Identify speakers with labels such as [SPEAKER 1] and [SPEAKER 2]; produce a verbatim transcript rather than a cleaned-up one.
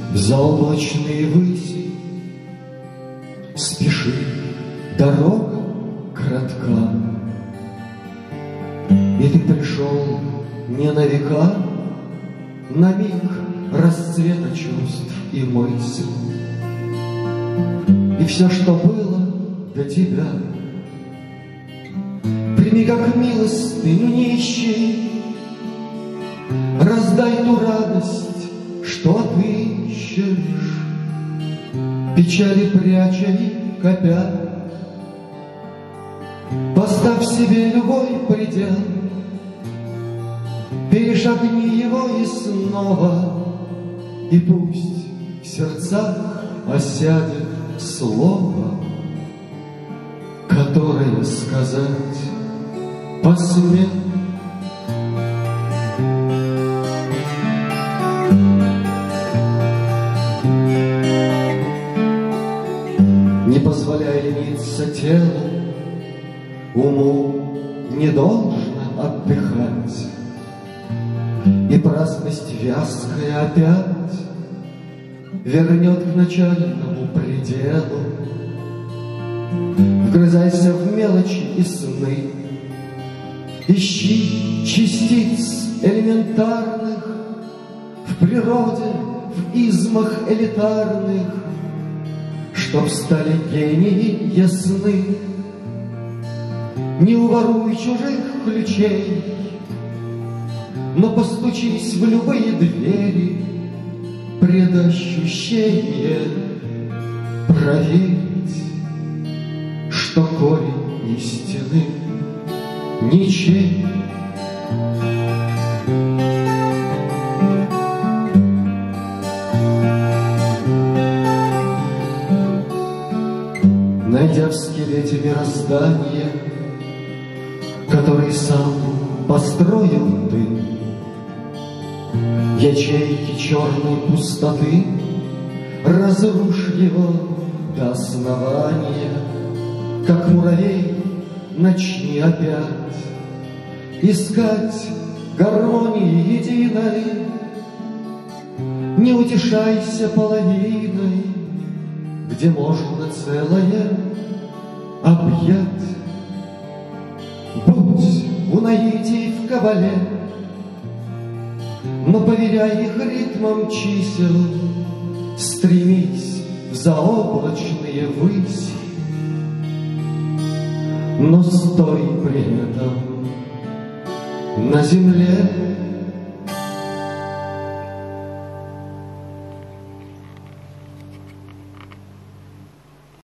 [SPEAKER 1] в заоблачные выси. Спеши, дорога коротка, и ты пришел не на века, на миг расцвета чувств и мыслей. И все, что было до тебя, прими как милостыню нищий, раздай ту радость, что отыщешь, печали пряча и копя. Поставь себе любой предел, перешагни его и снова, и пусть в сердцах осядет слово, которое сказать посмел. Не позволяй лениться телу, уму не должно отдыхать, и праздность вязкая опять вернет к начальному пределу. Вгрызайся в мелочи и сны, ищи частиц элементарных в природе, в измах элитарных, чтоб стали гении ясны. Не уворуй чужих ключей, но постучись в любые двери, предощущение проверить, что корень истины ничей. Найдя в скелете мироздания, который сам построил ты, ячейки черной пустоты, разрушь его до основания. Как муравей начни опять искать гармонии единой. Не утешайся половиной, где можно целое объять. Будь у наитий в кабале, но поверяй их ритмом чисел, стремись в заоблачные выси, но стой при этом на земле.